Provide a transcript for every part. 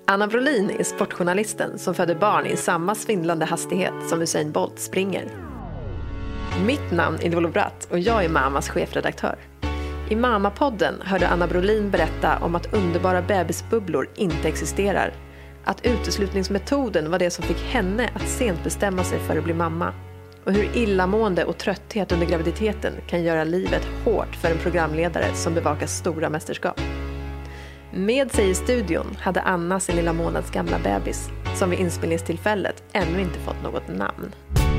Anna Brolin är sportjournalisten som föder barn i samma svindlande hastighet som Usain Bolt springer. Mitt namn är Dolo Bratt och jag är Mamas chefredaktör. I Mamapodden hörde Anna Brolin berätta om att underbara bebisbubblor inte existerar. Att uteslutningsmetoden var det som fick henne att sent bestämma sig för att bli mamma. Och hur illamående och trötthet under graviditeten kan göra livet hårt för en programledare som bevakar stora mästerskap. Med sig i studion hade Anna sin lilla månads gamla bebis som vid inspelningstillfället ännu inte fått något namn.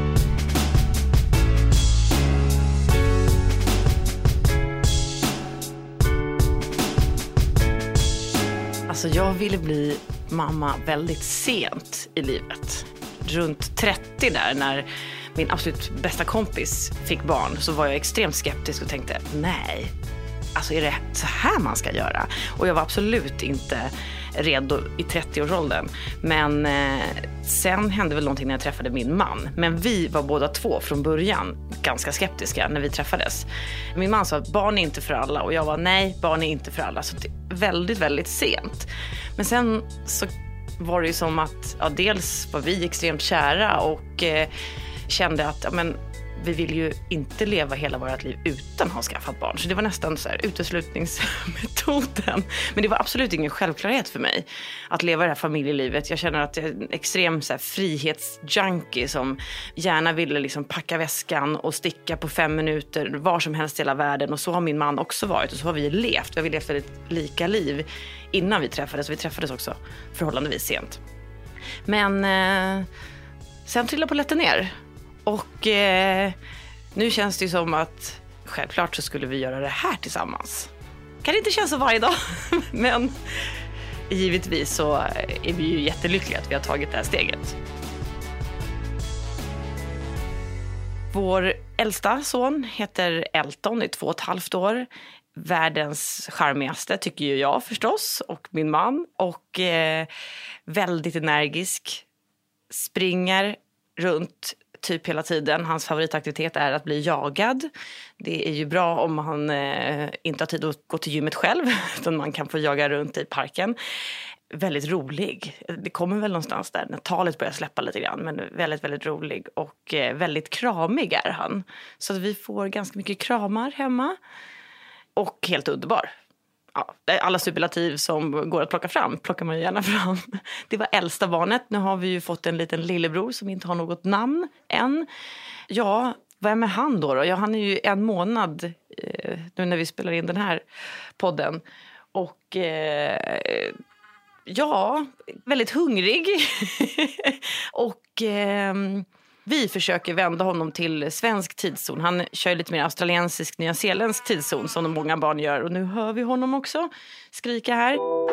Alltså jag ville bli mamma väldigt sent i livet. Runt 30 där, när min absolut bästa kompis fick barn, så var jag extremt skeptisk och tänkte, nej, alltså är det så här man ska göra? Och jag var absolut inte redo i 30-årsåldern. Men sen hände väl någonting när jag träffade min man. Men vi var båda två från början ganska skeptiska när vi träffades. Min man sa att barn är inte för alla, och jag var nej, barn är inte för alla. Så det är väldigt, väldigt sent. Men sen så var det ju som att dels var vi extremt kära och kände att vi vill ju inte leva hela vårt liv utan att ha skaffat barn. Så det var nästan så här uteslutningsmetoden. Men det var absolut ingen självklarhet för mig att leva det här familjelivet. Jag känner att jag är en extrem så här frihetsjunkie som gärna ville liksom packa väskan och sticka på 5 minuter var som helst i hela världen. Och så har min man också varit, och så har vi levt. Vi har levt ett lika liv innan vi träffades. Och vi träffades också förhållandevis sent. Men sen trillade polletten ner. Och nu känns det ju som att självklart så skulle vi göra det här tillsammans. Kan det inte kännas så varje dag. Men givetvis så är vi ju jättelyckliga att vi har tagit det här steget. Vår äldsta son heter Elton, är 2,5 år. Världens charmigaste tycker ju jag förstås, och min man. Och väldigt energisk. Springer runt typ hela tiden. Hans favoritaktivitet är att bli jagad. Det är ju bra om han inte har tid att gå till gymmet själv, utan man kan få jaga runt i parken. Väldigt rolig. Det kommer väl någonstans där när talet börjar släppa lite grann, men väldigt, väldigt rolig och väldigt kramig är han. Så att vi får ganska mycket kramar hemma. Och helt underbar. Ja, alla superlativ som går att plocka fram plockar man ju gärna fram. Det var äldsta barnet. Nu har vi ju fått en liten lillebror som inte har något namn än. Ja, vad är med han då? Ja, han är ju 1 månad nu när vi spelar in den här podden. Och väldigt hungrig. Och vi försöker vända honom till svensk tidszon. Han kör lite mer australiensisk, nyzeeländsk tidszon som många barn gör. Och nu hör vi honom också skrika här.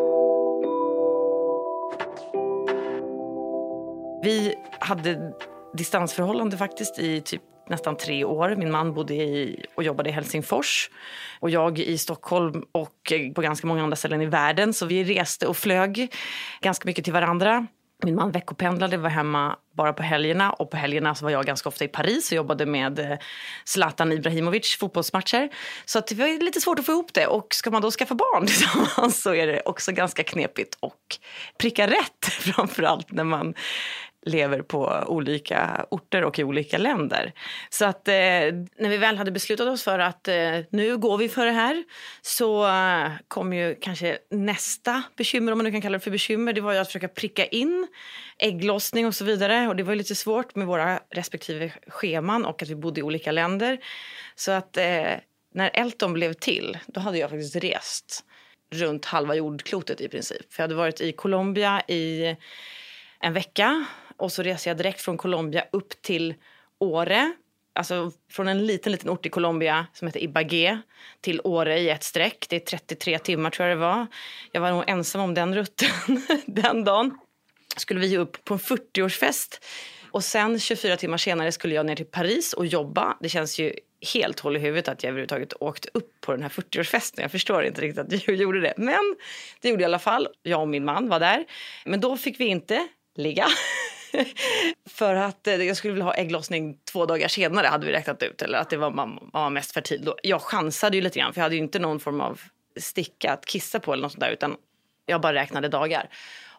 Vi hade distansförhållande faktiskt i typ nästan 3 år. Min man bodde och jobbade i Helsingfors. Och jag i Stockholm och på ganska många andra ställen i världen. Så vi reste och flög ganska mycket till varandra. Min man veckopendlade, var hemma bara på helgerna. Och på helgerna så var jag ganska ofta i Paris och jobbade med Zlatan Ibrahimovic fotbollsmatcher. Så att det var lite svårt att få ihop det. Och ska man då skaffa barn tillsammans så är det också ganska knepigt. Och pricka rätt framförallt när man lever på olika orter och i olika länder. Så att när vi väl hade beslutat oss för att nu går vi för det här, så kom ju kanske nästa bekymmer, om man nu kan kalla det för bekymmer. Det var ju att försöka pricka in ägglossning och så vidare. Och det var ju lite svårt med våra respektive scheman och att vi bodde i olika länder. Så att när Elton blev till, då hade jag faktiskt rest runt halva jordklotet i princip. För jag hade varit i Colombia i en vecka. Och så reser jag direkt från Colombia upp till Åre. Alltså från en liten ort i Colombia som heter Ibagué till Åre i ett streck. Det är 33 timmar tror jag det var. Jag var nog ensam om den rutten den dagen. Skulle vi upp på en 40-årsfest. Och sen 24 timmar senare skulle jag ner till Paris och jobba. Det känns ju helt håll i huvudet att jag överhuvudtaget åkte upp på den här 40-årsfesten. Jag förstår inte riktigt att jag gjorde det. Men det gjorde jag i alla fall. Jag och min man var där. Men då fick vi inte ligga. För att jag skulle vilja ha ägglossning 2 dagar senare hade vi räknat ut. Eller att det var man var mest fertil. Jag chansade ju lite grann för jag hade ju inte någon form av sticka att kissa på eller något sånt där. Utan jag bara räknade dagar.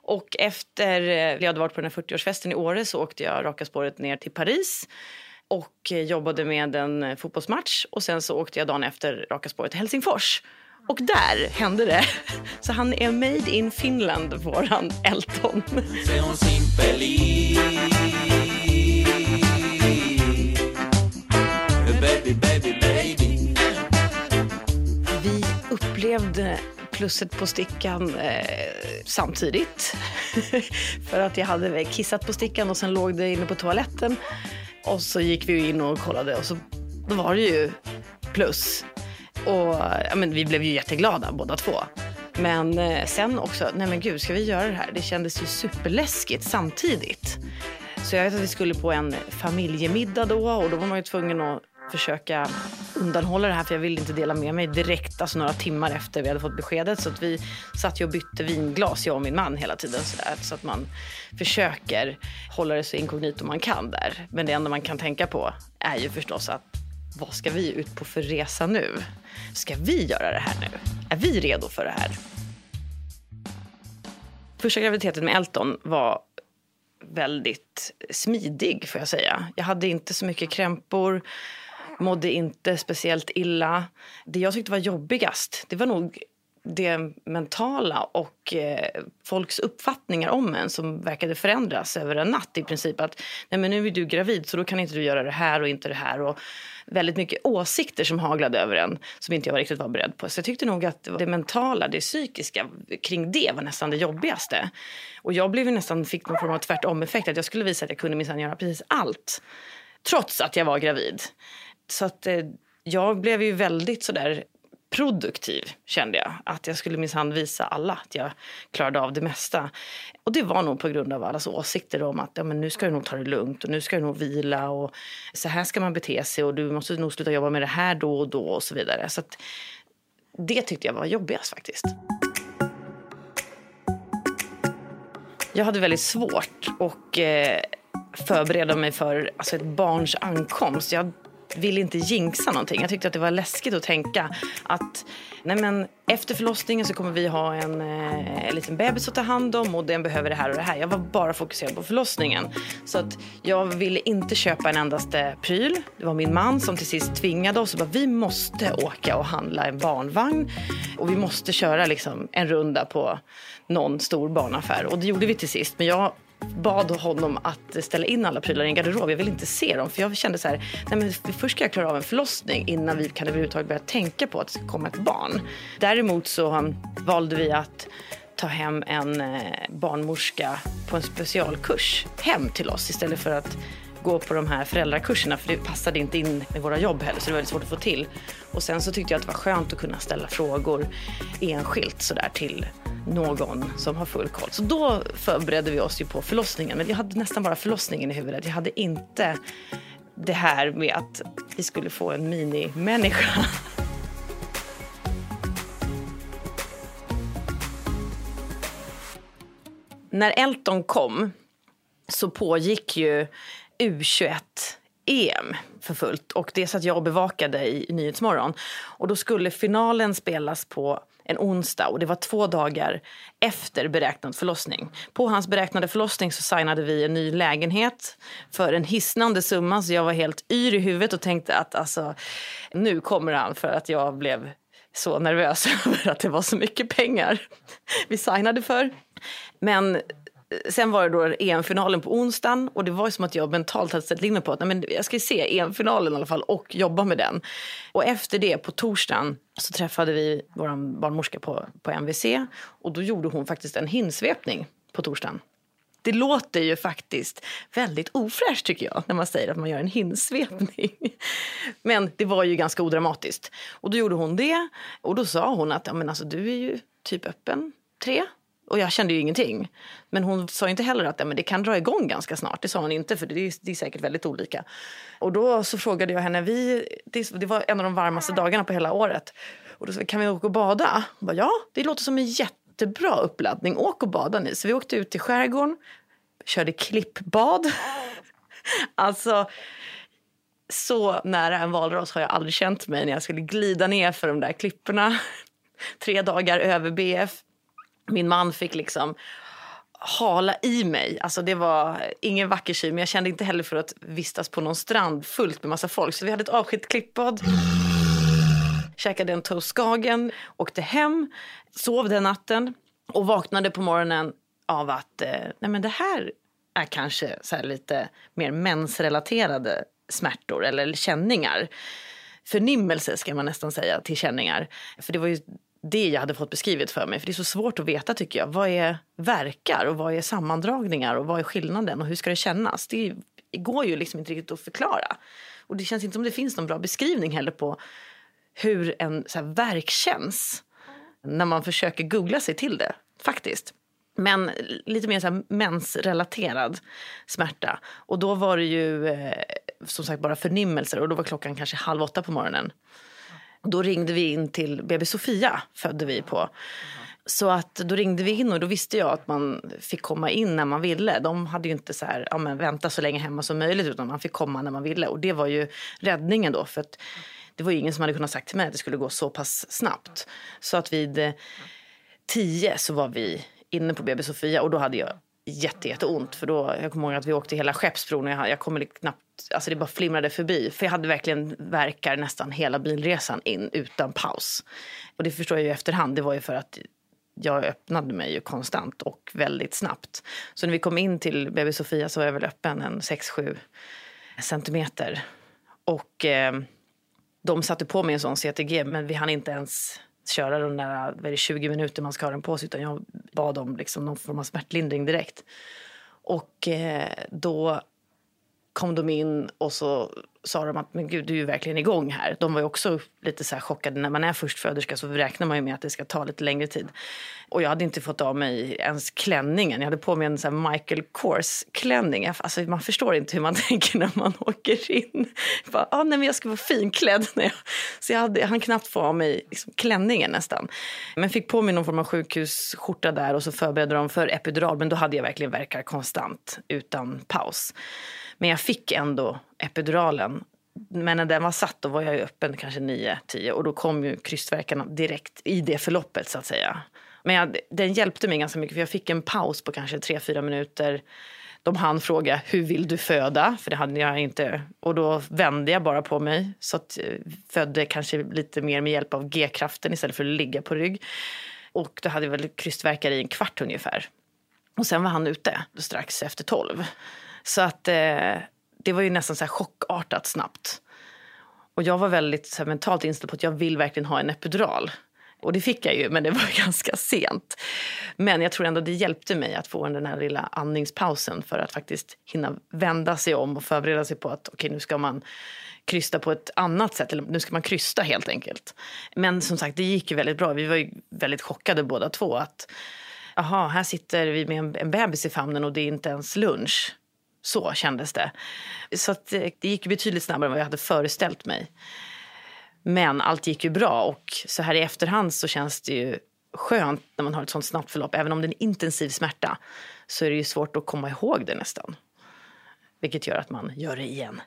Och efter jag hade varit på den här 40-årsfesten i Åre så åkte jag raka spåret ner till Paris och jobbade med en fotbollsmatch. Och sen så åkte jag dagen efter raka spåret till Helsingfors. Och där hände det. Så han är made in Finland, våran Elton. Vi upplevde plusset på stickan samtidigt. För att jag hade kissat på stickan och sen låg det inne på toaletten. Och så gick vi in och kollade och så då var det ju plus. Och ja, men vi blev ju jätteglada båda två. Men sen också, nej men gud, ska vi göra det här? Det kändes ju superläskigt samtidigt. Så jag vet att vi skulle på en familjemiddag då. Och då var man ju tvungen att försöka undanhålla det här. För jag ville inte dela med mig direkt, alltså några timmar efter vi hade fått beskedet. Så att vi satt ju och bytte vinglas, jag och min man, hela tiden. Så att man försöker hålla det så inkognito man kan där. Men det enda man kan tänka på är ju förstås att vad ska vi ut på för resa nu? Ska vi göra det här nu? Är vi redo för det här? Första graviditeten med Elton var väldigt smidig, får jag säga. Jag hade inte så mycket krämpor, mådde inte speciellt illa. Det jag tyckte var jobbigast, det var nog det mentala och folks uppfattningar om en som verkade förändras över en natt i princip. Att nej, men nu är du gravid så då kan inte du göra det här och inte det här. Och väldigt mycket åsikter som haglade över en som inte jag riktigt var beredd på. Så jag tyckte nog att det mentala, det psykiska kring det var nästan det jobbigaste. Och jag blev nästan, fick någon form av tvärtom-effekt att jag skulle visa att jag kunde minsann göra precis allt. Trots att jag var gravid. Så att jag blev ju väldigt sådär produktiv, kände jag. Att jag skulle minsann visa alla att jag klarade av det mesta. Och det var nog på grund av allas åsikter om att ja, men nu ska du nog ta det lugnt och nu ska du nog vila och så här ska man bete sig och du måste nog sluta jobba med det här då och då och så vidare. Så att det tyckte jag var jobbigast faktiskt. Jag hade väldigt svårt att förbereda mig för alltså ett barns ankomst. Jag ville inte jinxa någonting. Jag tyckte att det var läskigt att tänka att nej men, efter förlossningen så kommer vi ha en liten bebis att ta hand om och den behöver det här och det här. Jag var bara fokuserad på förlossningen. Så att jag ville inte köpa en endaste pryl. Det var min man som till sist tvingade oss. Och bara, vi måste åka och handla en barnvagn. Och vi måste köra liksom en runda på någon stor barnaffär. Och det gjorde vi till sist. Men jag bad honom att ställa in alla prylar i en garderob. Jag ville inte se dem för jag kände så här, nej men först ska jag klara av en förlossning innan vi kan överhuvudtaget börja tänka på att det ska komma ett barn. Däremot så valde vi att ta hem en barnmorska på en specialkurs hem till oss istället för att gå på de här föräldrakurserna för det passade inte in med våra jobb heller så det var väldigt svårt att få till. Och sen så tyckte jag att det var skönt att kunna ställa frågor enskilt sådär till någon som har full koll. Så då förberedde vi oss ju på förlossningen. Men jag hade nästan bara förlossningen i huvudet. Jag hade inte det här med att vi skulle få en mini-människa. När Elton kom så pågick ju U21-EM för fullt. Och det satt jag och bevakade i Nyhetsmorgon. Och då skulle finalen spelas på en onsdag och det var 2 dagar efter beräknad förlossning. På hans beräknade förlossning så signade vi en ny lägenhet för en hisnande summa så jag var helt yr i huvudet och tänkte att alltså, nu kommer han för att jag blev så nervös över att det var så mycket pengar vi signade för. Men sen var det då EM-finalen på onsdagen och det var som att jag mentalt hade ställt in på att nej, men jag ska se EM-finalen i alla fall och jobba med den. Och efter det på torsdagen så träffade vi vår barnmorska på MVC och då gjorde hon faktiskt en hinsvepning på torsdagen. Det låter ju faktiskt väldigt ofräscht tycker jag när man säger att man gör en hinsvepning. Men det var ju ganska odramatiskt. Och då gjorde hon det och då sa hon att ja, men alltså, du är ju typ öppen 3. Och jag kände ju ingenting. Men hon sa inte heller att ja, men det kan dra igång ganska snart. Det sa hon inte för det är säkert väldigt olika. Och då så frågade jag henne, det var en av de varmaste dagarna på hela året. Och då sa vi, kan vi åka och bada? Hon bara, ja, det låter som en jättebra uppladdning. Åk och bada ni. Så vi åkte ut till skärgården, körde klippbad. Alltså, så nära en valros har jag aldrig känt mig när jag skulle glida ner för de där klipporna. 3 dagar över BF. Min man fick liksom hala i mig. Alltså det var ingen vacker syn, men jag kände inte heller för att vistas på någon strand fullt med massa folk. Så vi hade ett avskilt klippbad. Käkade en toastskagen, åkte hem, sov den natten och vaknade på morgonen av att nej men det här är kanske så här lite mer mensrelaterade smärtor eller känningar. Förnimmelse ska man nästan säga till känningar. För det var ju det jag hade fått beskrivet för mig. För det är så svårt att veta tycker jag. Vad är verkar och vad är sammandragningar och vad är skillnaden och hur ska det kännas? Det går ju liksom inte riktigt att förklara. Och det känns inte som det finns någon bra beskrivning heller på hur en så här verk känns när man försöker googla sig till det, faktiskt. Men lite mer så här mensrelaterad smärta. Och då var det ju som sagt bara förnimmelser och då var klockan kanske 7:30 på morgonen. Då ringde vi in till BB Sofia, födde vi på. Så att då ringde vi in och då visste jag att man fick komma in när man ville. De hade ju inte så här, ja men vänta så länge hemma som möjligt, utan man fick komma när man ville. Och det var ju räddningen då, för att det var ju ingen som hade kunnat sagt till mig att det skulle gå så pass snabbt. Så att vid 10 så var vi inne på BB Sofia och då hade jag jätteont. För då, jag kommer ihåg att vi åkte hela Skeppsbron och jag kommer knappt, alltså det bara flimrade förbi. För jag hade verkligen verkar nästan hela bilresan in utan paus. Och det förstår jag ju efterhand, det var ju för att jag öppnade mig ju konstant och väldigt snabbt. Så när vi kom in till BB Sofia så var jag väl öppen en 6-7 centimeter. Och de satte på mig en sån CTG, men vi hann inte ens köra de där 20 minuter man ska ha den på sig, utan jag bad om liksom någon form av smärtlindring direkt. Och då kom de in och så sa de att men gud, du är ju verkligen igång här. De var ju också lite så här chockade. När man är förstföderska så räknar man ju med att det ska ta lite längre tid. Och jag hade inte fått av mig ens klänningen. Jag hade på mig en så här Michael Kors-klänning. Alltså man förstår inte hur man tänker när man åker in. Nej men jag ska vara finklädd. Så jag hann knappt få av mig liksom klänningen nästan. Men fick på mig någon form av sjukhusskjorta där och så förberedde de för epidural. Men då hade jag verkligen verkar konstant utan paus. Men jag fick ändå epiduralen. Men när den var satt då var jag ju öppen kanske 9-10. Och då kom ju krystvärkarna direkt i det förloppet så att säga. Men den hjälpte mig ganska mycket för jag fick en paus på kanske 3-4 minuter. De hann fråga, hur vill du föda? För det hade jag inte. Och då vände jag bara på mig. Så att födde kanske lite mer med hjälp av G-kraften istället för att ligga på rygg. Och då hade jag väl krystvärkar i en kvart ungefär. Och sen var han ute strax efter 12. Så att det var ju nästan så här chockartat snabbt. Och jag var väldigt så här mentalt inställd på att jag vill verkligen ha en epidural. Och det fick jag ju, men det var ganska sent. Men jag tror ändå det hjälpte mig att få den här lilla andningspausen för att faktiskt hinna vända sig om och förbereda sig på att okej, nu ska man krysta på ett annat sätt. Eller nu ska man krysta helt enkelt. Men som sagt, det gick ju väldigt bra. Vi var ju väldigt chockade båda två att aha, här sitter vi med en bebis i famnen och det är inte ens lunch. Så kändes det. Så att det gick betydligt snabbare än vad jag hade föreställt mig. Men allt gick ju bra och så här i efterhand så känns det ju skönt när man har ett sånt snabbt förlopp. Även om det är en intensiv smärta så är det ju svårt att komma ihåg det nästan. Vilket gör att man gör det igen.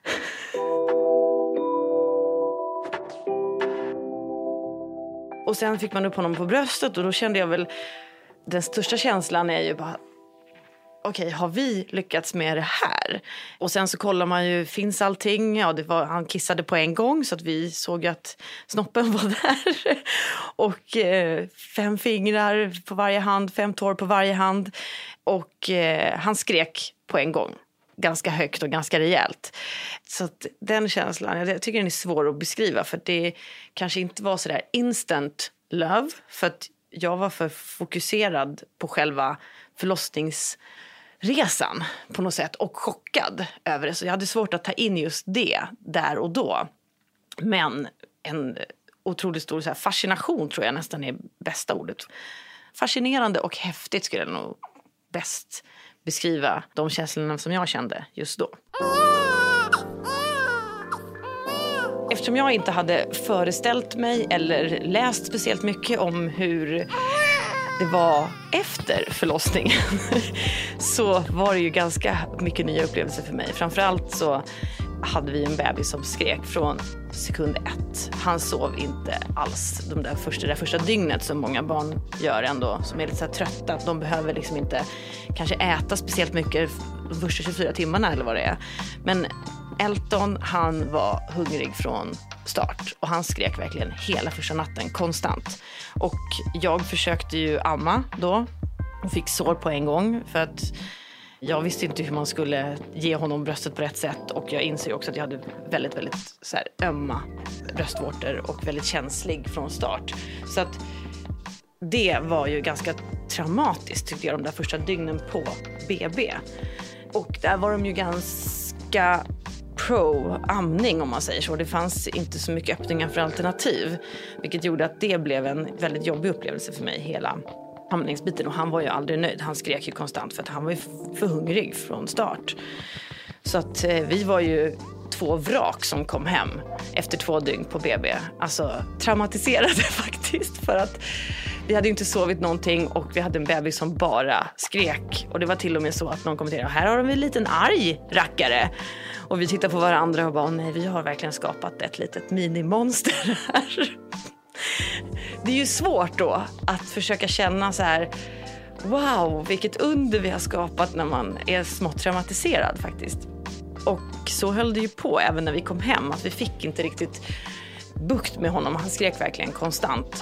Och sen fick man upp honom på bröstet och då kände jag väl, den största känslan är ju bara, okej, har vi lyckats med det här? Och sen så kollar man ju, finns allting? Ja, han kissade på en gång så att vi såg att snoppen var där. Och 5 fingrar på varje hand, 5 tår på varje hand. Och han skrek på en gång. Ganska högt och ganska rejält. Så att den känslan, jag tycker den är svår att beskriva. För det kanske inte var så där instant love. För att jag var för fokuserad på själva förlossningsresan på något sätt och chockad över det. Så jag hade svårt att ta in just det där och då. Men en otroligt stor så här fascination tror jag nästan är bästa ordet. Fascinerande och häftigt skulle jag nog bäst beskriva de känslorna som jag kände just då. Eftersom jag inte hade föreställt mig eller läst speciellt mycket om hur det var efter förlossningen så var det ju ganska mycket nya upplevelser för mig. Framförallt så hade vi en bebis som skrek från sekund 1. Han sov inte alls det första dygnet som många barn gör ändå, som är lite så här trötta. De behöver liksom inte kanske äta speciellt mycket de första 24 timmarna eller vad det är. Men Elton, han var hungrig från start och han skrek verkligen hela första natten konstant. Och jag försökte ju amma då och fick sår på en gång för att jag visste inte hur man skulle ge honom bröstet på rätt sätt, och jag inser också att jag hade väldigt, väldigt så här ömma bröstvårtor och väldigt känslig från start. Så att det var ju ganska traumatiskt tyckte jag, de där första dygnen på BB. Och där var de ju ganska pro-amning om man säger så. Det fanns inte så mycket öppningar för alternativ, vilket gjorde att det blev en väldigt jobbig upplevelse för mig hela amningsbiten. Och han var ju aldrig nöjd. Han skrek ju konstant för att han var ju för hungrig från start. Så att vi var ju 2 vrak som kom hem efter 2 dygn på BB. Alltså traumatiserade faktiskt, för att vi hade ju inte sovit någonting och vi hade en bebis som bara skrek. Och det var till och med så att någon kommenterade: här har de en liten arg rackare. Och vi tittade på varandra och bara: nej, vi har verkligen skapat ett litet minimonster här. Det är ju svårt då att försöka känna så här: wow, vilket under vi har skapat, när man är smått traumatiserad faktiskt. Och så höll det ju på även när vi kom hem, att vi fick inte riktigt bukt med honom. Han skrek verkligen konstant.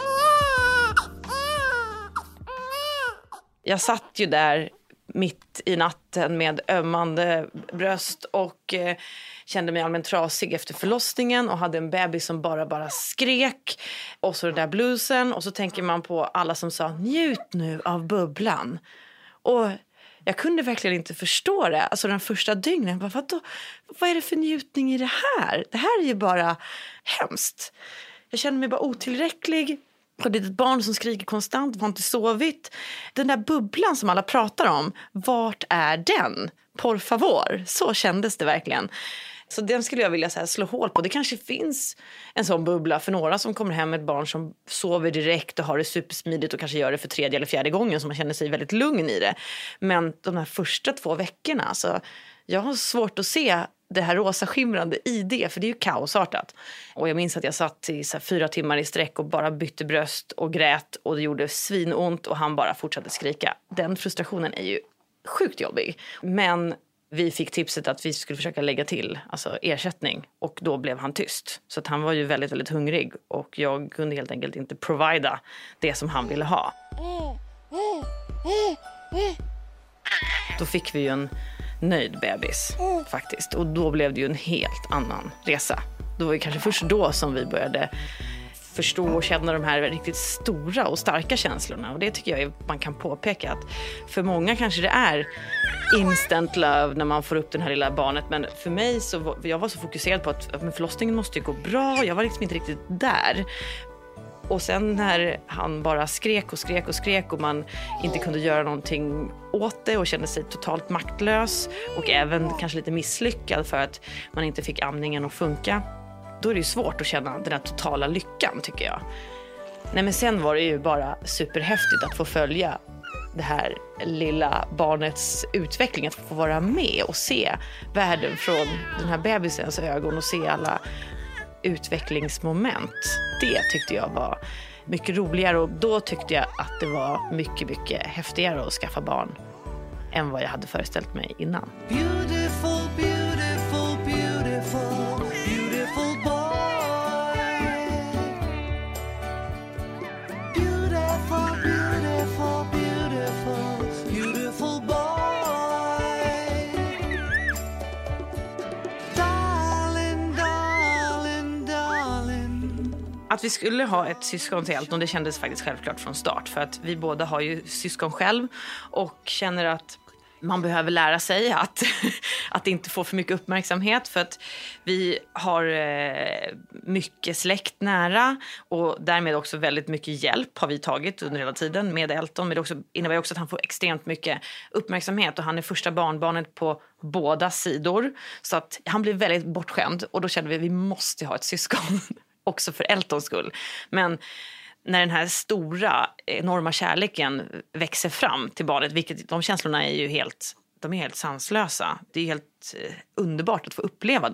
Jag satt ju där mitt i natten med ömmande bröst och kände mig allmänt trasig efter förlossningen och hade en bebis som bara skrek. Och så den där bluesen, och så tänker man på alla som sa: njut nu av bubblan. Och jag kunde verkligen inte förstå det. Alltså den första dygnen, vad är det för njutning i det här? Det här är ju bara hemskt. Jag kände mig bara otillräcklig. Och det är ett barn som skriker konstant, har inte sovit. Den där bubblan som alla pratar om, vart är den? Por favor. Så kändes det verkligen. Så den skulle jag vilja så här slå hål på. Det kanske finns en sån bubbla för några som kommer hem med ett barn som sover direkt och har det supersmidigt och kanske gör det för 3:e eller 4:e gången, så man känner sig väldigt lugn i det. Men de här första 2 veckorna, alltså, jag har svårt att se det här rosa skimrande i det, för det är ju kaosartat. Och jag minns att jag satt i så här 4 timmar i sträck och bara bytte bröst och grät, och det gjorde svinont och han bara fortsatte skrika. Den frustrationen är ju sjukt jobbig. Men vi fick tipset att vi skulle försöka lägga till ersättning, och då blev han tyst. Så att han var ju väldigt, väldigt hungrig, och jag kunde helt enkelt inte provida det som han ville ha. Då fick vi ju en nöjd bebis faktiskt, och då blev det ju en helt annan resa. Då var det kanske först då som vi började förstå och känna de här riktigt stora och starka känslorna. Och det tycker jag man kan påpeka, att för många kanske det är instant love när man får upp det här lilla barnet. Men för mig jag var så fokuserad på att förlossningen måste ju gå bra. Jag var liksom inte riktigt där. Och sen när han bara skrek och man inte kunde göra någonting åt det och kände sig totalt maktlös och även kanske lite misslyckad för att man inte fick amningen att funka, då är det ju svårt att känna den här totala lyckan, tycker jag. Nej, men sen var det ju bara superhäftigt att få följa det här lilla barnets utveckling, att få vara med och se världen från den här bebisens ögon och se alla utvecklingsmoment. Det tyckte jag var mycket roligare, och då tyckte jag att det var mycket, mycket häftigare att skaffa barn än vad jag hade föreställt mig innan. Beautiful, beautiful, beautiful, beautiful boy. Beautiful, beautiful, beautiful, beautiful boy. Darling, darling, darling. Att vi skulle ha ett syskon till Elton, det kändes faktiskt självklart från start. För att vi båda har ju syskon själv och känner att man behöver lära sig att inte få för mycket uppmärksamhet. För att vi har mycket släkt nära, och därmed också väldigt mycket hjälp har vi tagit under hela tiden med Elton. Men det också innebär också att han får extremt mycket uppmärksamhet, och han är första barnbarnet på båda sidor. Så att han blir väldigt bortskämd, och då kände vi måste ha ett syskon också för Eltons skull. Men när den här stora, enorma kärleken växer fram till barnet, vilket de känslorna är ju helt sanslösa. Det är helt underbart att få uppleva dem.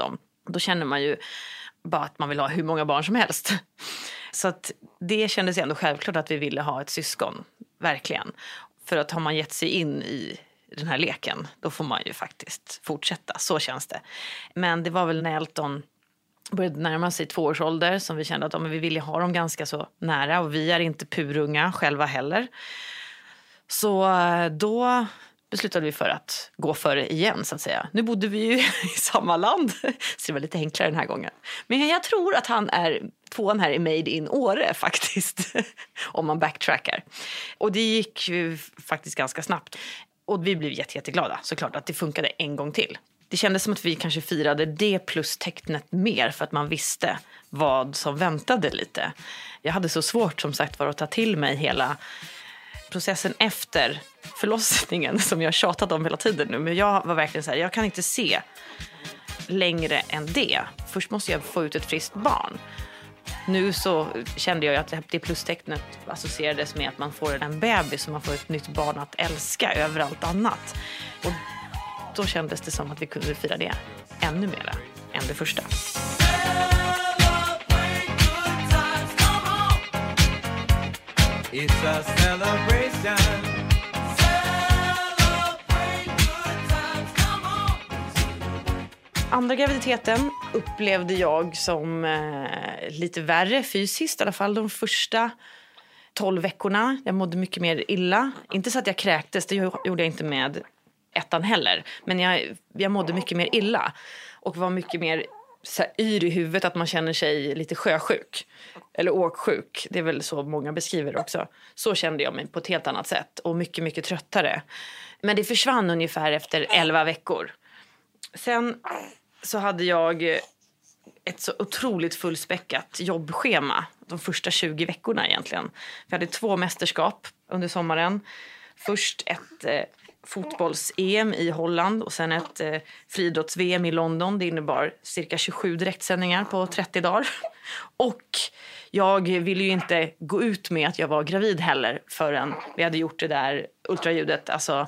Då känner man ju bara att man vill ha hur många barn som helst. Så att det kändes ändå självklart att vi ville ha ett syskon, verkligen. För att har man gett sig in i den här leken, då får man ju faktiskt fortsätta. Så känns det. Men det var väl när Elton började närma sig 2 års ålder som vi kände att vi ville ha dem ganska så nära. Och vi är inte purunga själva heller. Så då beslutade vi för att gå för det igen, så att säga. Nu bodde vi ju i samma land, så det var lite enklare den här gången. Men jag tror att tvåan här är made in Åre faktiskt, om man backtrackar. Och det gick ju faktiskt ganska snabbt. Och vi blev jätteglada, såklart, att det funkade en gång till. Det kändes som att vi kanske firade det plus tecknet mer för att man visste vad som väntade lite. Jag hade så svårt, som sagt, att ta till mig hela processen efter förlossningen som jag tjatat om hela tiden nu. Men jag var verkligen så här, jag kan inte se längre än det. Först måste jag få ut ett friskt barn. Nu så kände jag att det plustecknet associerades med att man får en bebis och man får ett nytt barn att älska över allt annat. Och då kändes det som att vi kunde fira det ännu mer än det första. It's a celebration. Celebrate good times, come on. Andra graviditeten upplevde jag som lite värre fysiskt, i alla fall de första 12 veckorna. Jag mådde mycket mer illa. Inte så att jag kräktes, det gjorde jag inte med ettan heller. Men jag mådde mycket mer illa och var mycket mer så här yr i huvudet, att man känner sig lite sjösjuk eller åksjuk. Det är väl så många beskriver också. Så kände jag mig på ett helt annat sätt och mycket, mycket tröttare. Men det försvann ungefär efter 11 veckor. Sen så hade jag ett så otroligt fullspäckat jobbschema de första 20 veckorna egentligen. Vi hade 2 mästerskap under sommaren. Först ett fotbolls-EM i Holland och sen ett friidrotts-VM i London. Det innebar cirka 27 direktsändningar på 30 dagar. Och jag ville ju inte gå ut med att jag var gravid heller förrän vi hade gjort det där ultraljudet, alltså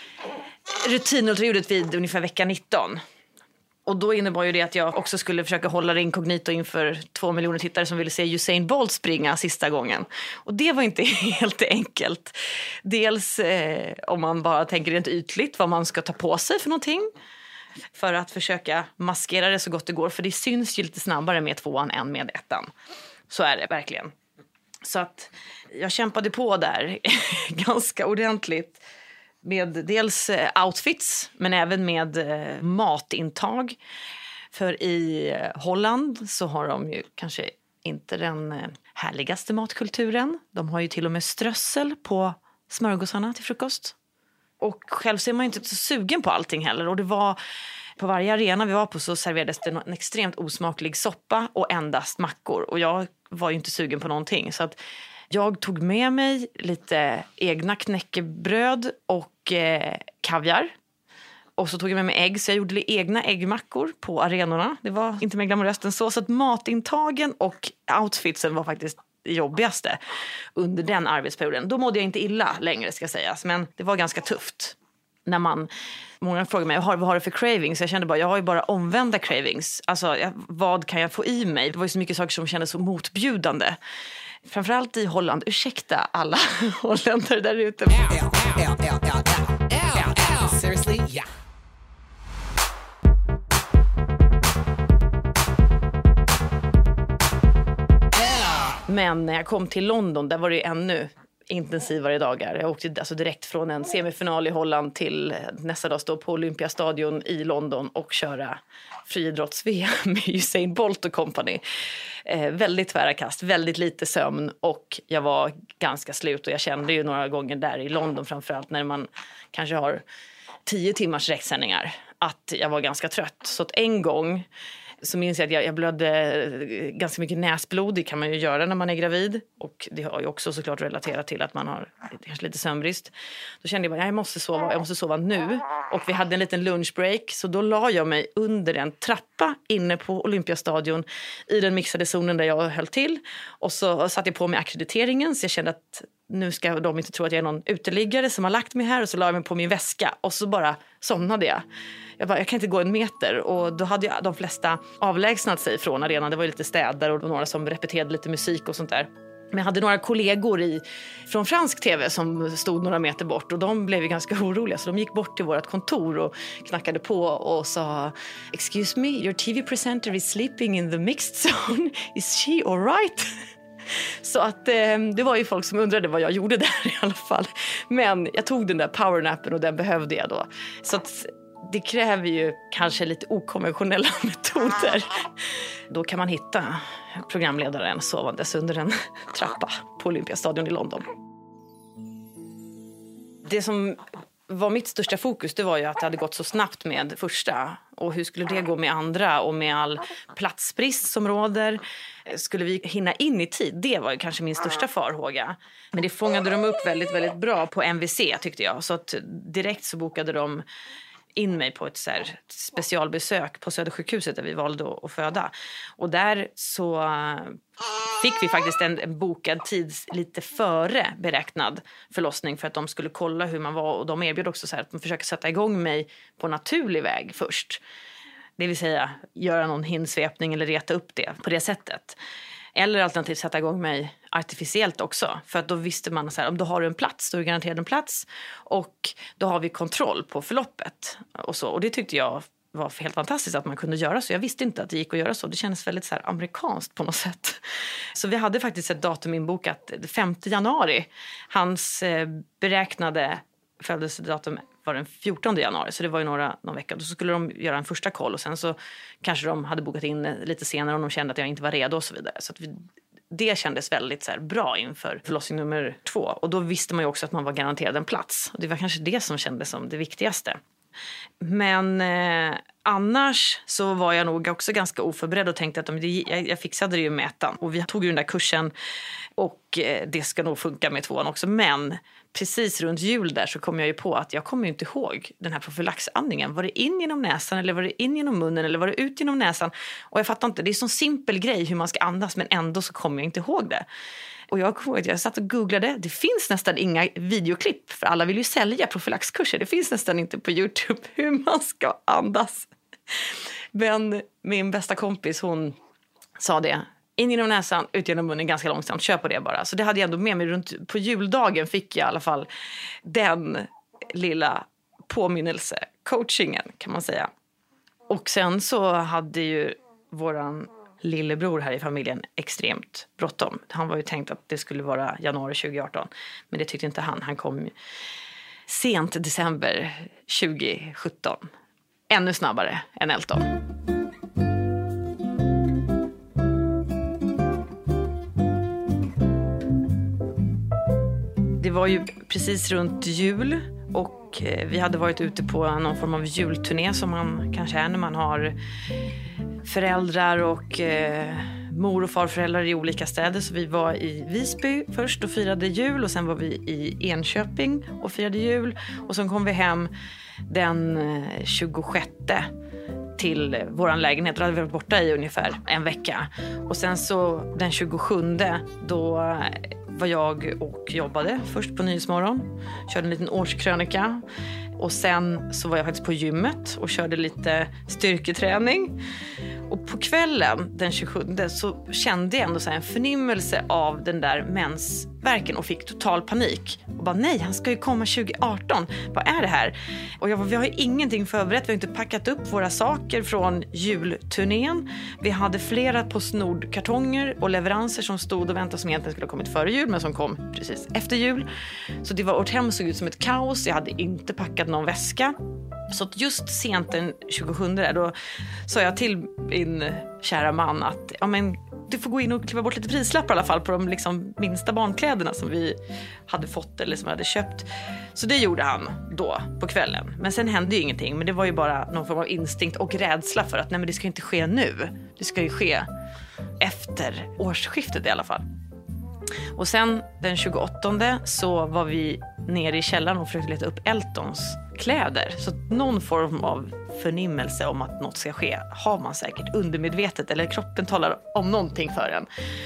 rutinultraljudet vid ungefär vecka 19. Och då innebar ju det att jag också skulle försöka hålla det inkognito inför 2 miljoner tittare som ville se Usain Bolt springa sista gången. Och det var inte helt enkelt. Dels om man bara tänker rent ytligt vad man ska ta på sig för någonting. För att försöka maskera det så gott det går. För det syns ju lite snabbare med 2:an än med 1:an. Så är det verkligen. Så att jag kämpade på där ganska ordentligt. Med dels outfits men även med matintag. För i Holland så har de ju kanske inte den härligaste matkulturen. De har ju till och med strössel på smörgåsarna till frukost. Och själv så är man ju inte så sugen på allting heller. Och det var på varje arena vi var på så serverades det en extremt osmaklig soppa och endast mackor. Och jag var ju inte sugen på någonting. Så att jag tog med mig lite egna knäckebröd och kaviar. Och så tog jag med mig ägg, så jag gjorde egna äggmackor på arenorna. Det var inte mer glamoröst än så. Så att matintagen och outfitsen var faktiskt det jobbigaste under den arbetsperioden. Då mådde jag inte illa längre, ska sägas. Men det var ganska tufft. När många frågade mig, vad har du för cravings? Jag kände bara, jag har ju bara omvända cravings. Alltså, vad kan jag få i mig? Det var ju så mycket saker som kändes så motbjudande. Framförallt i Holland. Ursäkta alla holländare där ute. Seriously? Yeah. Men när jag kom till London, där var det ju ännu intensivare dagar. Jag åkte alltså direkt från en semifinal i Holland till nästa dag stå på Olympiastadion i London och köra friidrotts-VM med Usain Bolt och company. Väldigt tvära kast, väldigt lite sömn och jag var ganska slut och jag kände ju några gånger där i London framförallt när man kanske har 10 timmars direktsändningar att jag var ganska trött. Så att en gång så minns jag att jag blödde ganska mycket näsblod. Det kan man ju göra när man är gravid. Och det har ju också såklart relaterat till att man har kanske lite sömnbrist. Då kände jag bara, jag måste sova nu. Och vi hade en liten lunchbreak. Så då la jag mig under en trappa inne på Olympiastadion i den mixade zonen där jag höll till. Och så satte jag på mig akkrediteringen så jag kände att nu ska de inte tro att jag är någon uteliggare som har lagt mig här, och så la jag mig på min väska och så bara somnade jag. Jag kan inte gå en meter, och då hade de flesta avlägsnat sig från arenan. Det var ju lite städer och några som repeterade lite musik och sånt där. Men jag hade några kollegor från fransk tv som stod några meter bort, och de blev ju ganska oroliga, så de gick bort till vårt kontor och knackade på och sa "Excuse me, your TV presenter is sleeping in the mixed zone. Is she all right?" Så att det var ju folk som undrade vad jag gjorde där i alla fall. Men jag tog den där powernappen, och den behövde jag då. Så att det kräver ju kanske lite okonventionella metoder. Då kan man hitta programledaren sovandes under en trappa på Olympiastadion i London. Det som var mitt största fokus, det var ju att det hade gått så snabbt med första. Och hur skulle det gå med andra, och med all platsbrist som råder? Skulle vi hinna in i tid? Det var ju kanske min största farhåga. Men det fångade de upp väldigt, väldigt bra på MVC, tyckte jag. Så att direkt så bokade de in mig på ett så här specialbesök på Södersjukhuset där vi valde att föda. Och där så fick vi faktiskt en bokad tid lite före beräknad förlossning, för att de skulle kolla hur man var, och de erbjöd också så här att de försöker sätta igång mig på naturlig väg först. Det vill säga göra någon hinsvepning eller reta upp det på det sättet. Eller alternativt sätta igång mig artificiellt också. För att då visste man så här, om du har en plats, då är du garanterad en plats. Och då har vi kontroll på förloppet. Och, så. Och det tyckte jag var helt fantastiskt att man kunde göra så. Jag visste inte att det gick att göra så. Det kändes väldigt så här amerikanskt på något sätt. Så vi hade faktiskt ett datum inbokat, 5 januari. Hans beräknade födelsedatum var den 14 januari, så det var ju någon vecka. Då skulle de göra en första koll, och sen så kanske de hade bokat in lite senare om de kände att jag inte var redo och så vidare. Så att det kändes väldigt så här bra inför förlossning nummer 2. Och då visste man ju också att man var garanterad en plats. Och det var kanske det som kändes som det viktigaste. Men annars så var jag nog också ganska oförberedd och tänkte att jag fixade det ju med 1:an. Och vi tog ju den där kursen, och det ska nog funka med 2:an också. Men precis runt jul där så kom jag ju på att jag kommer ju inte ihåg den här profylaxandningen. Var det in genom näsan, eller var det in genom munnen, eller var det ut genom näsan? Och jag fattar inte, det är en sån simpel grej hur man ska andas, men ändå så kommer jag inte ihåg det. Och jag satt och googlade. Det finns nästan inga videoklipp, för alla vill ju sälja profylaxkurser. Det finns nästan inte på YouTube hur man ska andas. Men min bästa kompis, hon sa det. In genom näsan, ut genom munnen ganska långsamt. Kör på det bara. Så det hade jag ändå med mig runt på juldagen, fick jag i alla fall den lilla påminnelse-coachingen, kan man säga. Och sen så hade ju våran lillebror här i familjen extremt bråttom. Han var ju tänkt att det skulle vara januari 2018. Men det tyckte inte han. Han kom sent december 2017. Ännu snabbare än Elton. Det var ju precis runt jul, och vi hade varit ute på någon form av julturné som man kanske är när man har föräldrar och mor- och farföräldrar i olika städer. Så vi var i Visby först och firade jul, och sen var vi i Enköping och firade jul. Och sen kom vi hem den 26 till våran lägenhet. Då hade vi varit borta i ungefär en vecka. Och sen så den 27 då var jag och jobbade först på Nyhetsmorgon. Körde en liten årskrönika. Och sen så var jag faktiskt på gymmet och körde lite styrketräning. Och på kvällen den 27 så kände jag ändå så här en förnimmelse av den där mensvärken och fick total panik. Och bara nej, han ska ju komma 2018. Vad är det här? Och vi har ju ingenting förberett. Vi har inte packat upp våra saker från julturnén. Vi hade flera PostNord-kartonger och leveranser som stod och väntade, som egentligen skulle ha kommit före jul, men som kom precis efter jul. Så vårt hem såg ut som ett kaos. Jag hade inte packat någon väska. Så att just sent den 27 där, då sa jag till min kära man att ja, men du får gå in och kliva bort lite prislappar i alla fall på de liksom minsta barnkläderna som vi hade fått eller som vi hade köpt. Så det gjorde han då på kvällen. Men sen hände ju ingenting, men det var ju bara någon form av instinkt och rädsla för att nej, men det ska inte ske nu. Det ska ju ske efter årsskiftet i alla fall. Och sen den 28 så var vi nere i källaren och försökte leta upp Eltons kläder. Så någon form av förnimmelse om att något ska ske har man säkert undermedvetet, eller kroppen talar om någonting för en.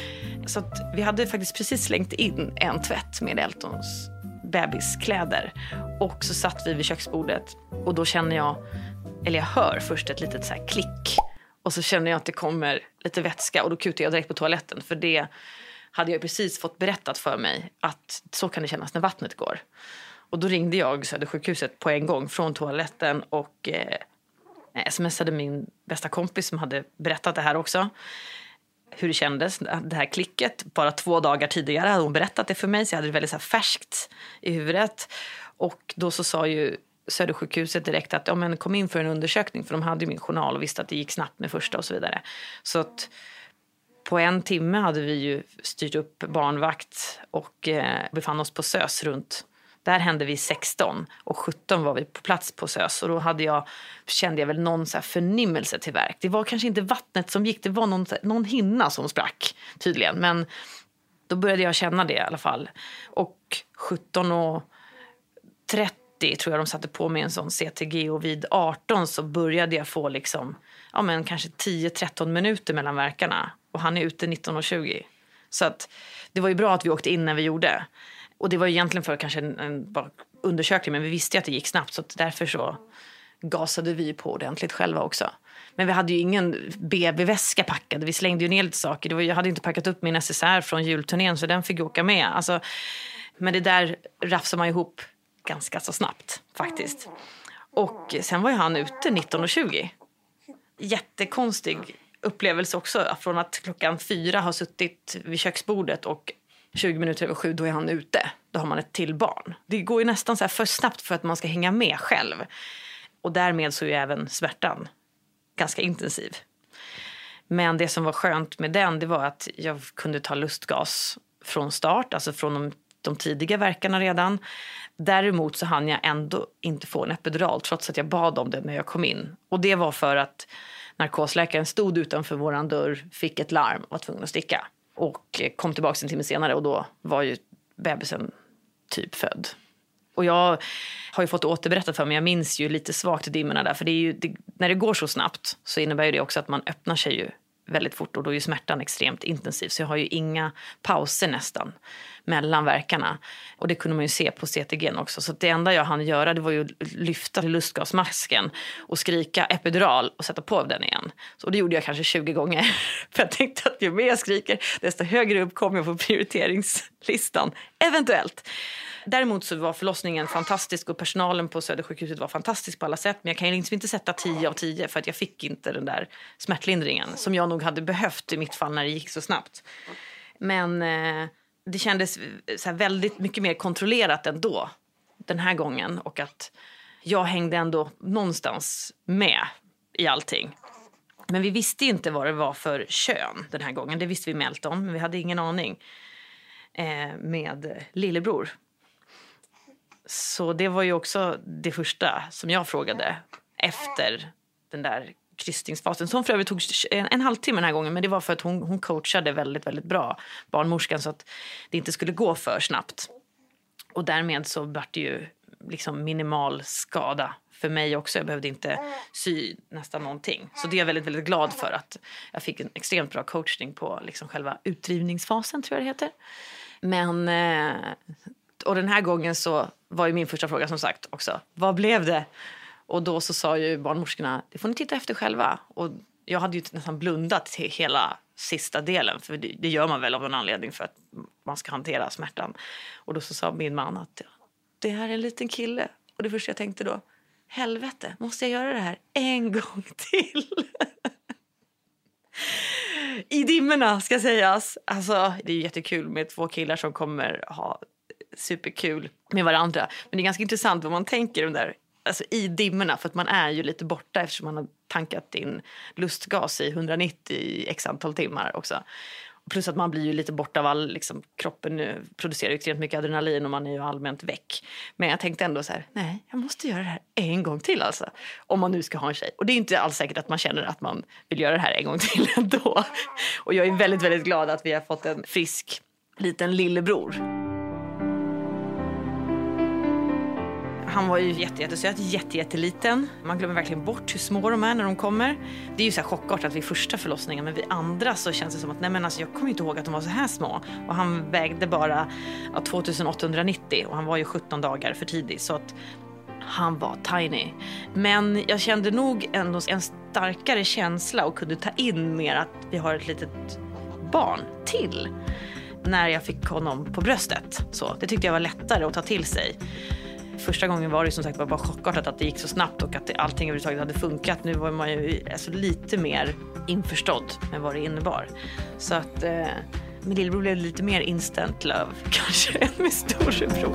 Så att vi hade faktiskt precis slängt in en tvätt med Eltons bebiskläder. Och så satt vi vid köksbordet och då känner jag hör först ett litet så här klick. Och så känner jag att det kommer lite vätska och då kutar jag direkt på toaletten. För det hade jag precis fått berättat för mig att så kan det kännas när vattnet går. Och då ringde jag Södersjukhuset på en gång från toaletten och smsade min bästa kompis som hade berättat det här också. Hur det kändes, det här klicket. Bara 2 dagar tidigare hade hon berättat det för mig så jag hade det väldigt så här färskt i huvudet. Och då så sa ju Södersjukhuset direkt att men kom in för en undersökning för de hade ju min journal och visste att det gick snabbt med första och så vidare. Så att på 1 timme hade vi ju styrt upp barnvakt och befann oss på SÖS runt. Där hände vi 16 och 17 var vi på plats på SÖS och då kände jag väl någon så här förnimmelse till verk. Det var kanske inte vattnet som gick, det var någon hinna som sprack tydligen. Men då började jag känna det i alla fall. Och 17:30 tror jag de satte på mig en sån CTG och vid 18 så började jag få liksom, kanske 10-13 minuter mellan verkarna. Och han är ute 19:20. Så att det var ju bra att vi åkte in när vi gjorde. Och det var ju egentligen för kanske en undersökning, men vi visste ju att det gick snabbt så att därför så gasade vi på ordentligt själva också. Men vi hade ju ingen BB-väska packad, vi slängde ju ner lite saker. Jag hade inte packat upp min SSR från julturnén så den fick åka med. Alltså, men det där rafsade man ihop ganska så snabbt faktiskt. Och sen var ju han ute 19:20. Jättekonstig upplevelse också från att 4:00 har suttit vid köksbordet och 20 minuter över 7 då är han ute. Då har man ett till barn. Det går ju nästan så här för snabbt för att man ska hänga med själv. Och därmed så är ju även smärtan ganska intensiv. Men det som var skönt med den det var att jag kunde ta lustgas från start. Alltså från de tidiga verkarna redan. Däremot så hann jag ändå inte få en epidural trots att jag bad om det när jag kom in. Och det var för att narkosläkaren stod utanför våran dörr, fick ett larm och var tvungen att sticka. Och kom tillbaka en timme senare och då var ju bebisen typ född. Och jag har ju fått återberättat för mig, jag minns ju lite svagt i dimmorna där. För det är ju, när det går så snabbt så innebär ju det också att man öppnar sig ju väldigt fort. Och då är ju smärtan extremt intensiv. Så jag har ju inga pauser nästan mellan verkarna. Och det kunde man ju se på CTG:n också. Så det enda jag hann göra det var ju lyfta lustgasmasken och skrika epidural och sätta på den igen. Så det gjorde jag kanske 20 gånger. För jag tänkte att ju mer jag skriker desto högre upp kommer jag på prioriteringslistan. Eventuellt. Däremot så var förlossningen fantastisk och personalen på Södersjukhuset var fantastisk på alla sätt. Men jag kan ju liksom inte sätta 10 av 10 för att jag fick inte den där smärtlindringen som jag nog hade behövt i mitt fall när det gick så snabbt. Men det kändes så här väldigt mycket mer kontrollerat ändå den här gången. Och att jag hängde ändå någonstans med i allting. Men vi visste inte vad det var för kön den här gången. Det visste vi med Elton, men vi hade ingen aning med lillebror. Så det var ju också det första som jag frågade efter den där kryssningsfasen. Som för övrigt tog en halvtimme den här gången. Men det var för att hon coachade väldigt, väldigt bra barnmorskan. Så att det inte skulle gå för snabbt. Och därmed så var det ju liksom minimal skada för mig också. Jag behövde inte sy nästan någonting. Så det är jag väldigt, väldigt glad för. Att jag fick en extremt bra coachning på liksom själva utdrivningsfasen tror jag det heter. Men... Och den här gången så var ju min första fråga som sagt också. Vad blev det? Och då så sa ju barnmorskorna, det får ni titta efter själva. Och jag hade ju nästan blundat till hela sista delen. För det gör man väl av en anledning för att man ska hantera smärtan. Och då så sa min man att det här är en liten kille. Och det första jag tänkte då, helvete, måste jag göra det här en gång till? I dimmorna ska sägas. Alltså det är jättekul med 2 killar som kommer ha superkul med varandra. Men det är ganska intressant vad man tänker om där, alltså i dimmorna. För att man är ju lite borta eftersom man har tankat in lustgas i 190 i x antal timmar också. Plus att man blir ju lite borta av all, liksom, kroppen producerar ju extremt mycket adrenalin och man är ju allmänt väck. Men jag tänkte ändå så här, nej, jag måste göra det här en gång till alltså. Om man nu ska ha en tjej. Och det är inte alls säkert att man känner att man vill göra det här en gång till ändå. Och jag är väldigt, väldigt glad att vi har fått en frisk liten lillebror. Han var ju jättesöt, jätteliten. Man glömmer verkligen bort hur små de är när de kommer. Det är ju så här chockartat vid första förlossningen, men vid andra så känns det som att nej, men alltså, jag kommer inte ihåg att de var så här små. Och han vägde bara 2890 och han var ju 17 dagar för tidig, så att han var tiny. Men jag kände nog ändå en starkare känsla och kunde ta in mer att vi har ett litet barn till när jag fick honom på bröstet. Så det tyckte jag var lättare att ta till sig. Första gången var det som sagt bara chockartat att det gick så snabbt och att allting överhuvudtaget hade funkat. Nu var man ju alltså lite mer införstådd med vad det innebar. Så att min lillebror blev lite mer instant love kanske än min storebror.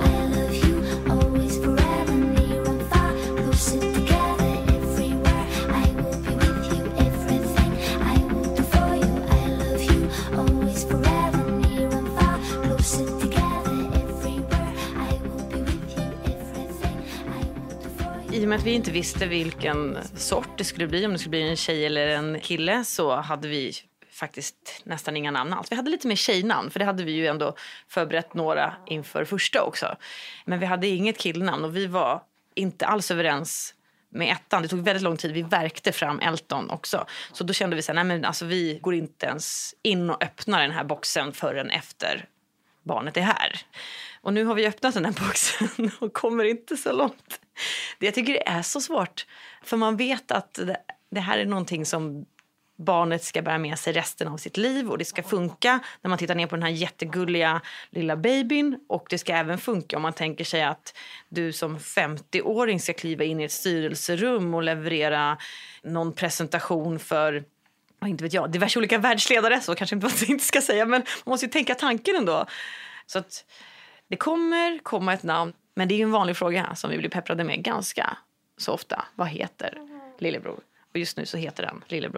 I och med att vi inte visste vilken sort det skulle bli, om det skulle bli en tjej eller en kille, så hade vi faktiskt nästan inga namn alls. Vi hade lite mer tjejnamn, för det hade vi ju ändå förberett några inför första också. Men vi hade inget killnamn och vi var inte alls överens med ettan. Det tog väldigt lång tid. Vi verkte fram Elton också. Så då kände vi så här, nej men alltså vi går inte ens in och öppnar den här boxen förrän efter barnet är här. Och nu har vi öppnat den här boxen och kommer inte så långt. Jag tycker det är så svårt. För man vet att det här är någonting som barnet ska bära med sig resten av sitt liv. Och det ska funka när man tittar ner på den här jättegulliga lilla babyn. Och det ska även funka om man tänker sig att du som 50-åring ska kliva in i ett styrelserum och leverera någon presentation för, inte vet jag, diverse olika världsledare. Så kanske inte man inte ska säga, men man måste ju tänka tanken ändå. Så att det kommer komma ett namn. Men det är ju en vanlig fråga som vi blir pepprade med ganska så ofta. Vad heter lillebror? Och just nu så heter den lillebror.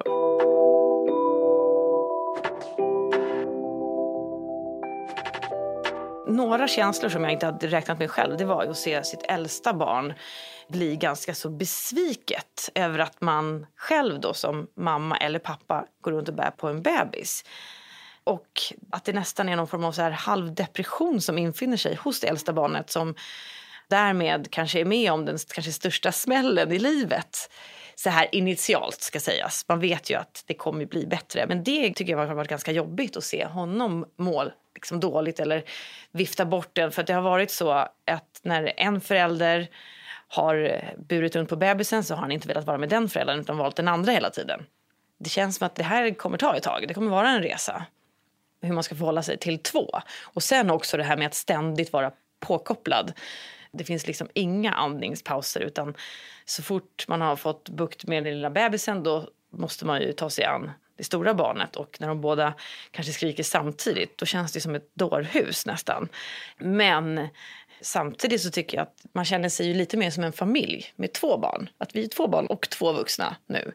Några känslor som jag inte hade räknat med själv, det var ju att se sitt äldsta barn bli ganska så besviket över att man själv då som mamma eller pappa går runt och bär på en bebis. Och att det nästan är någon form av så här halvdepression som infinner sig hos det äldsta barnet, som därmed kanske är med om den kanske största smällen i livet. Så här initialt ska sägas. Man vet ju att det kommer bli bättre. Men det tycker jag har varit ganska jobbigt att se honom må liksom dåligt eller vifta bort den. För att det har varit så att när en förälder har burit runt på bebisen så har han inte velat vara med den föräldern utan valt den andra hela tiden. Det känns som att det här kommer ta ett tag. Det kommer vara en resa. Hur man ska förhålla sig till två. Och sen också det här med att ständigt vara påkopplad. Det finns liksom inga andningspauser, utan så fort man har fått bukt med den lilla bebisen då måste man ju ta sig an det stora barnet. Och när de båda kanske skriker samtidigt, då känns det som ett dårhus nästan. Men samtidigt så tycker jag att man känner sig ju lite mer som en familj med 2 barn. Att vi är 2 barn och 2 vuxna nu.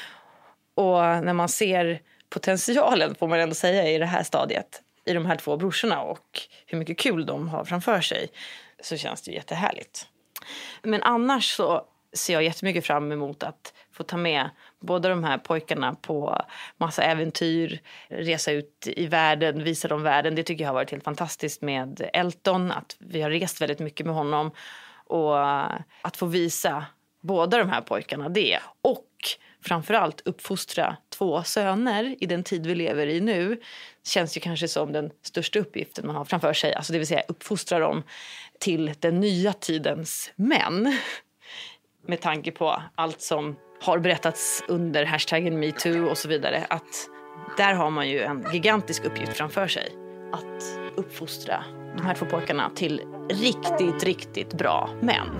Och när man ser potentialen, får man ändå säga, i det här stadiet, i de här 2 brorsorna och hur mycket kul de har framför sig, så känns det jättehärligt. Men annars så ser jag jättemycket fram emot att få ta med båda de här pojkarna på massa äventyr, resa ut i världen, visa dem världen. Det tycker jag har varit helt fantastiskt med Elton, att vi har rest väldigt mycket med honom, och att få visa båda de här pojkarna det. Och framförallt uppfostra 2 söner i den tid vi lever i nu känns ju kanske som den största uppgiften man har framför sig. Alltså det vill säga uppfostra dem till den nya tidens män. Med tanke på allt som har berättats under hashtaggen MeToo och så vidare. Att där har man ju en gigantisk uppgift framför sig. Att uppfostra de här 2 pojkarna till riktigt, riktigt bra män.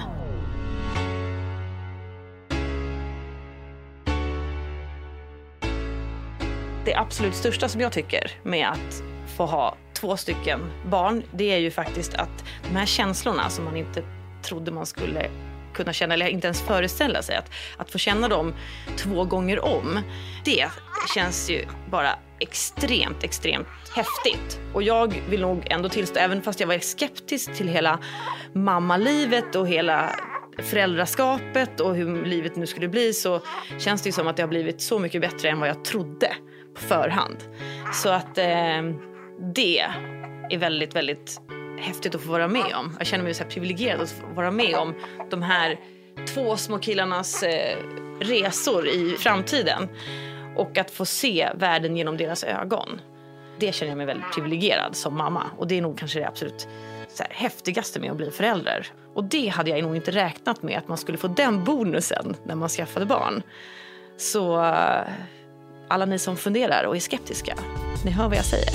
Det absolut största som jag tycker med att få ha 2 stycken barn, det är ju faktiskt att de här känslorna som man inte trodde man skulle kunna känna, eller inte ens föreställa sig, att få känna dem 2 gånger om, det känns ju bara extremt häftigt. Och jag vill nog ändå tillstå, även fast jag var skeptisk till hela mammalivet och hela föräldraskapet och hur livet nu skulle bli, så känns det ju som att det har blivit så mycket bättre än vad jag trodde på förhand. Så att det är väldigt, väldigt häftigt att få vara med om. Jag känner mig så här privilegierad att få vara med om de här 2 små killarnas resor i framtiden. Och att få se världen genom deras ögon. Det känner jag mig väldigt privilegierad som mamma. Och det är nog kanske det absolut så här häftigaste med att bli förälder. Och det hade jag nog inte räknat med, att man skulle få den bonusen när man skaffade barn. Så alla ni som funderar och är skeptiska, ni hör vad jag säger.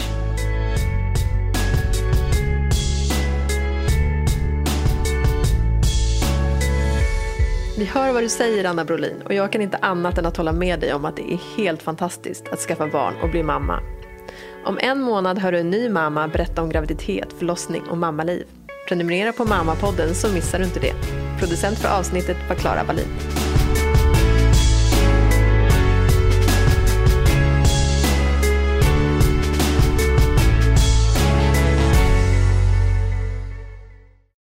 Vi hör vad du säger, Anna Brolin, och jag kan inte annat än att hålla med dig om att det är helt fantastiskt att skaffa barn och bli mamma. Om 1 månad hör du en ny mamma berätta om graviditet, förlossning och mammaliv. Prenumerera på Mamma-podden så missar du inte det. Producent för avsnittet var Clara Wallin.